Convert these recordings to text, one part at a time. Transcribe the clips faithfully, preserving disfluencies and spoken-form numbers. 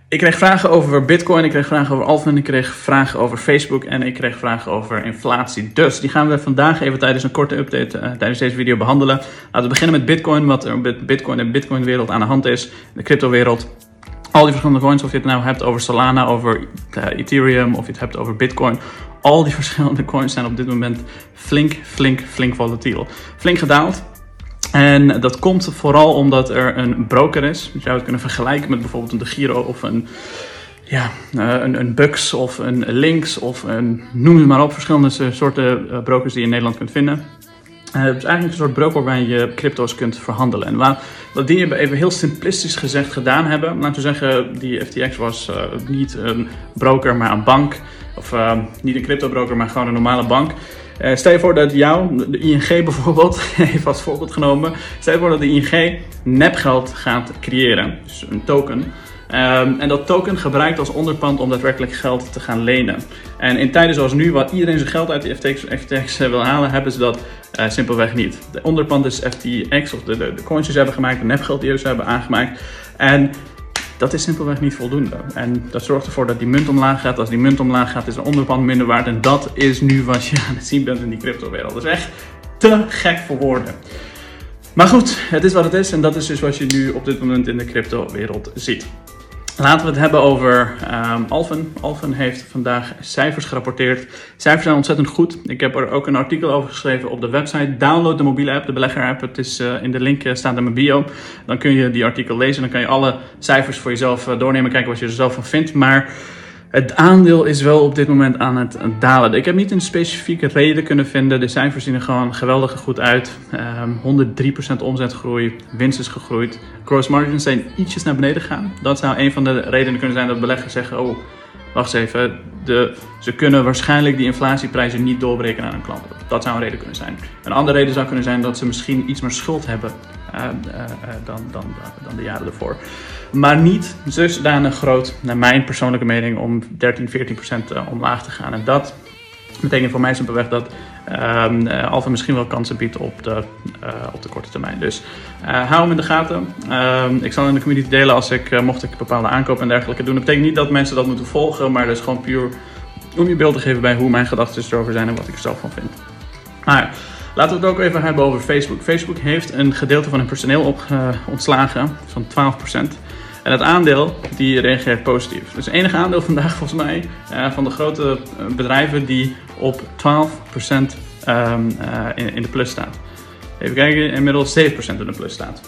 Ik kreeg vragen over Bitcoin, ik kreeg vragen over Alphen, ik kreeg vragen over Facebook en ik kreeg vragen over inflatie. Dus die gaan we vandaag even tijdens een korte update, uh, tijdens deze video behandelen. Laten we beginnen met Bitcoin, wat er met Bitcoin en Bitcoin-wereld aan de hand is, de crypto-wereld. Al die verschillende coins, of je het nou hebt over Solana, over uh, Ethereum, of je het hebt over Bitcoin. Al die verschillende coins zijn op dit moment flink, flink, flink volatiel. Flink gedaald. En dat komt vooral omdat er een broker is. Je zou het kunnen vergelijken met bijvoorbeeld een DeGiro of een, ja, een, een Bux of een Lynx of een, noem het maar op, verschillende soorten brokers die je in Nederland kunt vinden. Uh, het is eigenlijk een soort broker waar je crypto's kunt verhandelen. En waar, wat die even heel simplistisch gezegd gedaan hebben. Laten we zeggen, die F T X was uh, niet een broker, maar een bank. Of uh, niet een cryptobroker, maar gewoon een normale bank. Uh, stel je voor dat jou, de I N G bijvoorbeeld, even als voorbeeld genomen. Stel je voor dat de I N G nepgeld gaat creëren. Dus een token. Um, en dat token gebruikt als onderpand om daadwerkelijk geld te gaan lenen. En in tijden zoals nu, waar iedereen zijn geld uit de F T X wil halen, hebben ze dat uh, simpelweg niet. De onderpand is F T X, of de, de, de coins die ze hebben gemaakt, de nepgeld die ze hebben aangemaakt. En dat is simpelweg niet voldoende. En dat zorgt ervoor dat die munt omlaag gaat. Als die munt omlaag gaat, is een onderpand minder waard. En dat is nu wat je aan het zien bent in die cryptowereld. Dat is echt te gek voor woorden. Maar goed, het is wat het is. En dat is dus wat je nu op dit moment in de cryptowereld ziet. Laten we het hebben over um, Alphen. Alphen heeft vandaag cijfers gerapporteerd. Cijfers zijn ontzettend goed. Ik heb er ook een artikel over geschreven op de website. Download de mobiele app, de belegger app. Het is uh, in de link uh, staat in mijn bio. Dan kun je die artikel lezen. Dan kan je alle cijfers voor jezelf uh, doornemen. Kijken wat je er zelf van vindt. Maar het aandeel is wel op dit moment aan het dalen. Ik heb niet een specifieke reden kunnen vinden. De cijfers zien er gewoon geweldig goed uit. Um, honderd drie procent omzetgroei. Winst is gegroeid. Gross margins zijn ietsjes naar beneden gegaan. Dat zou een van de redenen kunnen zijn dat beleggers zeggen: oh, wacht eens even. De, ze kunnen waarschijnlijk die inflatieprijzen niet doorbreken aan hun klanten. Dat zou een reden kunnen zijn. Een andere reden zou kunnen zijn dat ze misschien iets meer schuld hebben uh, uh, uh, dan, dan, dan de jaren ervoor. Maar niet zodanig groot, naar mijn persoonlijke mening, om dertien, veertien procent omlaag te gaan. En dat betekent voor mij simpelweg dat um, uh, Alphen misschien wel kansen biedt op de, uh, op de korte termijn. Dus uh, hou hem in de gaten. Uh, ik zal in de community delen als ik, uh, mocht ik bepaalde aankopen en dergelijke doen. Dat betekent niet dat mensen dat moeten volgen, maar dat is gewoon puur om je beeld te geven bij hoe mijn gedachten erover zijn en wat ik er zelf van vind. Maar laten we het ook even hebben over Facebook. Facebook heeft een gedeelte van hun personeel op, uh, ontslagen van twaalf procent. En het aandeel, die reageert positief. Dus het enige aandeel vandaag volgens mij uh, van de grote bedrijven die op twaalf procent um, uh, in, in de plus staat. Even kijken, inmiddels zeven procent in de plus staat.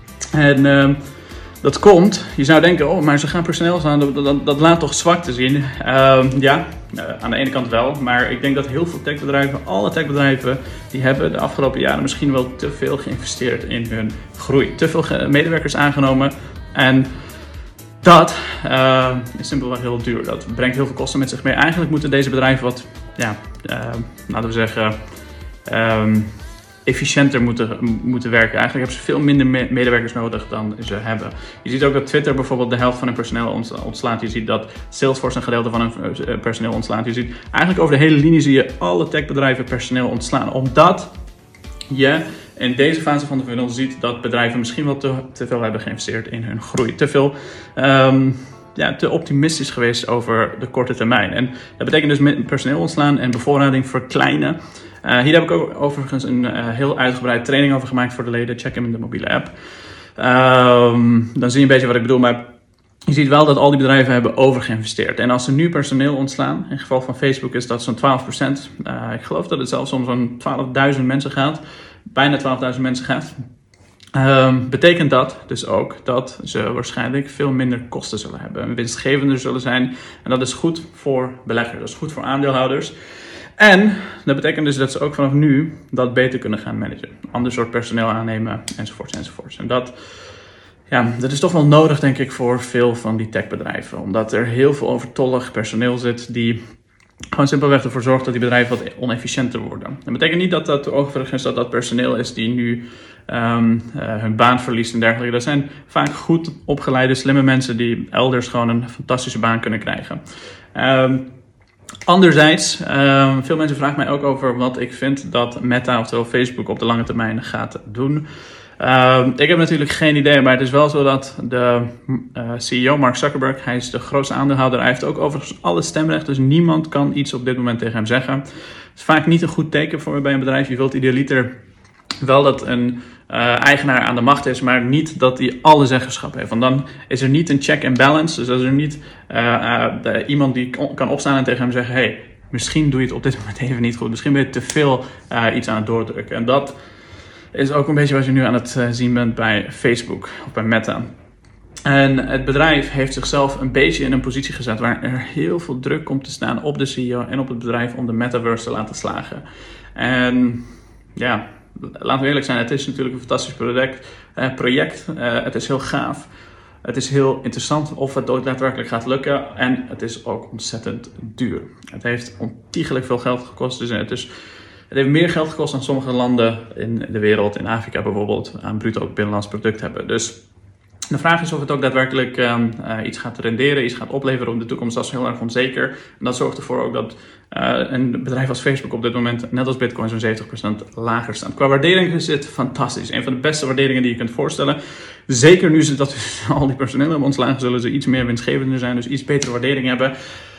En uh, dat komt, je zou denken, oh, maar ze gaan personeel staan, dat, dat, dat laat toch zwakte zien. Uh, ja, uh, aan de ene kant wel, maar ik denk dat heel veel techbedrijven, alle techbedrijven, die hebben de afgelopen jaren misschien wel te veel geïnvesteerd in hun groei. Te veel medewerkers aangenomen en dat uh, is simpelweg heel duur. Dat brengt heel veel kosten met zich mee. Eigenlijk moeten deze bedrijven wat, ja, uh, laten we zeggen, um, efficiënter moeten, moeten werken. Eigenlijk hebben ze veel minder me- medewerkers nodig dan ze hebben. Je ziet ook dat Twitter bijvoorbeeld de helft van hun personeel ontslaat. Je ziet dat Salesforce een gedeelte van hun personeel ontslaat. Je ziet eigenlijk over de hele linie zie je alle techbedrijven personeel ontslaan. Omdat je in deze fase van de funnel ziet dat bedrijven misschien wel te, te veel hebben geïnvesteerd in hun groei. Te veel, um, ja, te optimistisch geweest over de korte termijn. En dat betekent dus personeel ontslaan en bevoorrading verkleinen. Uh, hier heb ik ook overigens een uh, heel uitgebreid training over gemaakt voor de leden. Check hem in de mobiele app. Um, dan zie je een beetje wat ik bedoel, maar je ziet wel dat al die bedrijven hebben overgeïnvesteerd. En als ze nu personeel ontslaan, in het geval van Facebook is dat zo'n twaalf procent. Uh, ik geloof dat het zelfs om zo'n twaalfduizend mensen gaat. Bijna twaalfduizend mensen gaat. Um, betekent dat dus ook dat ze waarschijnlijk veel minder kosten zullen hebben. En winstgevender zullen zijn. En dat is goed voor beleggers. Dat is goed voor aandeelhouders. En dat betekent dus dat ze ook vanaf nu dat beter kunnen gaan managen. Ander soort personeel aannemen, enzovoorts, enzovoorts. En dat, ja, dat is toch wel nodig, denk ik, voor veel van die techbedrijven. Omdat er heel veel overtollig personeel zit die gewoon simpelweg ervoor zorgt dat die bedrijven wat onefficiënter worden. Dat betekent niet dat dat overigens dat dat personeel is die nu um, uh, hun baan verliest en dergelijke. Dat zijn vaak goed opgeleide, slimme mensen die elders gewoon een fantastische baan kunnen krijgen. Um, Anderzijds, uh, veel mensen vragen mij ook over wat ik vind dat Meta, oftewel Facebook, op de lange termijn gaat doen. Uh, ik heb natuurlijk geen idee, maar het is wel zo dat de uh, C E O Mark Zuckerberg, hij is de grootste aandeelhouder. Hij heeft ook overigens alle stemrecht, dus niemand kan iets op dit moment tegen hem zeggen. Het is vaak niet een goed teken voor bij een bedrijf. Je wilt idealiter wel dat een uh, eigenaar aan de macht is, maar niet dat hij alle zeggenschap heeft. Want dan is er niet een check and balance. Dus is er niet uh, uh, de, iemand die kan opstaan en tegen hem zeggen: hey, misschien doe je het op dit moment even niet goed. Misschien ben je te veel uh, iets aan het doordrukken. En dat is ook een beetje wat je nu aan het uh, zien bent bij Facebook of bij Meta. En het bedrijf heeft zichzelf een beetje in een positie gezet waar er heel veel druk komt te staan op de C E O en op het bedrijf om de metaverse te laten slagen. En ja, laten we eerlijk zijn, het is natuurlijk een fantastisch product, eh, project. Uh, het is heel gaaf. Het is heel interessant of het ooit daadwerkelijk gaat lukken. En het is ook ontzettend duur. Het heeft ontiegelijk veel geld gekost. Dus het, is, het heeft meer geld gekost dan sommige landen in de wereld, in Afrika bijvoorbeeld, aan bruto binnenlands product hebben. Dus de vraag is of het ook daadwerkelijk um, uh, iets gaat renderen, iets gaat opleveren op de toekomst. Dat is heel erg onzeker. En dat zorgt ervoor ook dat uh, een bedrijf als Facebook op dit moment, net als Bitcoin, zo'n zeventig procent lager staat. Qua waardering is het fantastisch. Een van de beste waarderingen die je kunt voorstellen. Zeker nu ze dat al die personeel hebben ontslagen, zullen ze iets meer winstgevender zijn, dus iets betere waardering hebben.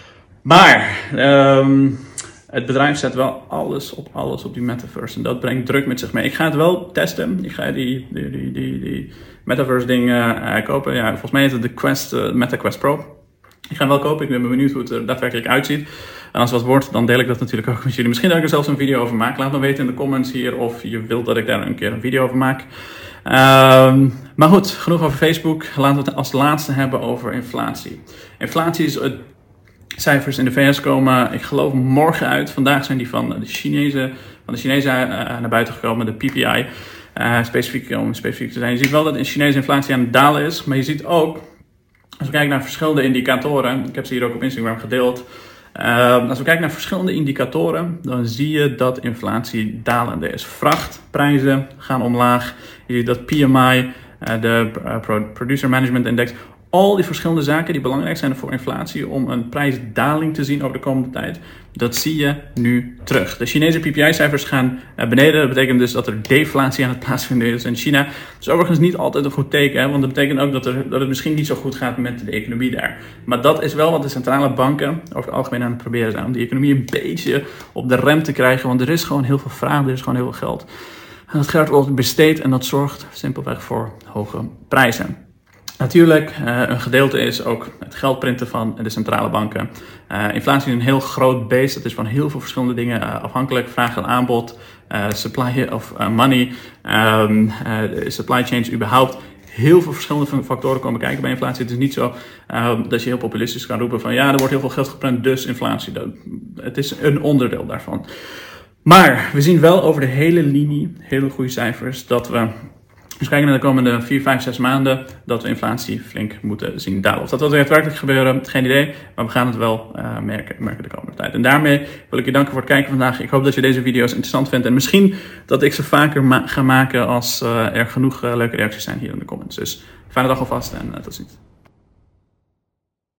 Maar um, het bedrijf zet wel alles op alles op die metaverse. En dat brengt druk met zich mee. Ik ga het wel testen. Ik ga die, die, die, die, die metaverse ding uh, kopen. Ja, volgens mij is het de Quest, uh, Meta Quest Pro. Ik ga hem wel kopen. Ik ben benieuwd hoe het er daadwerkelijk uitziet. En als het wat wordt, dan deel ik dat natuurlijk ook met jullie. Misschien dat ik er zelfs een video over maak. Laat me weten in de comments hier of je wilt dat ik daar een keer een video over maak. Um, maar goed, genoeg over Facebook. Laten we het als laatste hebben over inflatie. Inflatie is het cijfers in de V S komen, ik geloof, morgen uit. Vandaag zijn die van de Chinezen, van de Chinezen uh, naar buiten gekomen, de P P I. Uh, specifiek, om specifiek te zijn. Je ziet wel dat de Chinese inflatie aan het dalen is. Maar je ziet ook, als we kijken naar verschillende indicatoren. Ik heb ze hier ook op Instagram gedeeld. Uh, als we kijken naar verschillende indicatoren, dan zie je dat inflatie dalende is. Vrachtprijzen gaan omlaag. Je ziet dat P M I, uh, de uh, Producer Management Index, al die verschillende zaken die belangrijk zijn voor inflatie om een prijsdaling te zien over de komende tijd, dat zie je nu terug. De Chinese P P I-cijfers gaan beneden. Dat betekent dus dat er deflatie aan het plaatsvinden is in China. Dat is overigens niet altijd een goed teken, hè, want dat betekent ook dat, er, dat het misschien niet zo goed gaat met de economie daar. Maar dat is wel wat de centrale banken over het algemeen aan het proberen zijn, om die economie een beetje op de rem te krijgen, want er is gewoon heel veel vraag, er is gewoon heel veel geld. En dat geld wordt besteed en dat zorgt simpelweg voor hoge prijzen. Natuurlijk, uh, een gedeelte is ook het geldprinten van de centrale banken. Uh, inflatie is een heel groot beest. Dat is van heel veel verschillende dingen uh, afhankelijk. Vraag en aanbod, uh, supply of uh, money, um, uh, supply chains überhaupt. Heel veel verschillende factoren komen kijken bij inflatie. Het is niet zo uh, dat je heel populistisch kan roepen van ja, er wordt heel veel geld geprint, dus inflatie. Dat, het is een onderdeel daarvan. Maar we zien wel over de hele linie hele goede cijfers dat we, dus kijken naar de komende vier, vijf, zes maanden, dat we inflatie flink moeten zien dalen. Of dat wat er daadwerkelijk gebeuren, geen idee. Maar we gaan het wel uh, merken, merken de komende tijd. En daarmee wil ik je danken voor het kijken vandaag. Ik hoop dat je deze video's interessant vindt. En misschien dat ik ze vaker ma- ga maken als uh, er genoeg uh, leuke reacties zijn hier in de comments. Dus fijne dag alvast en uh, tot ziens.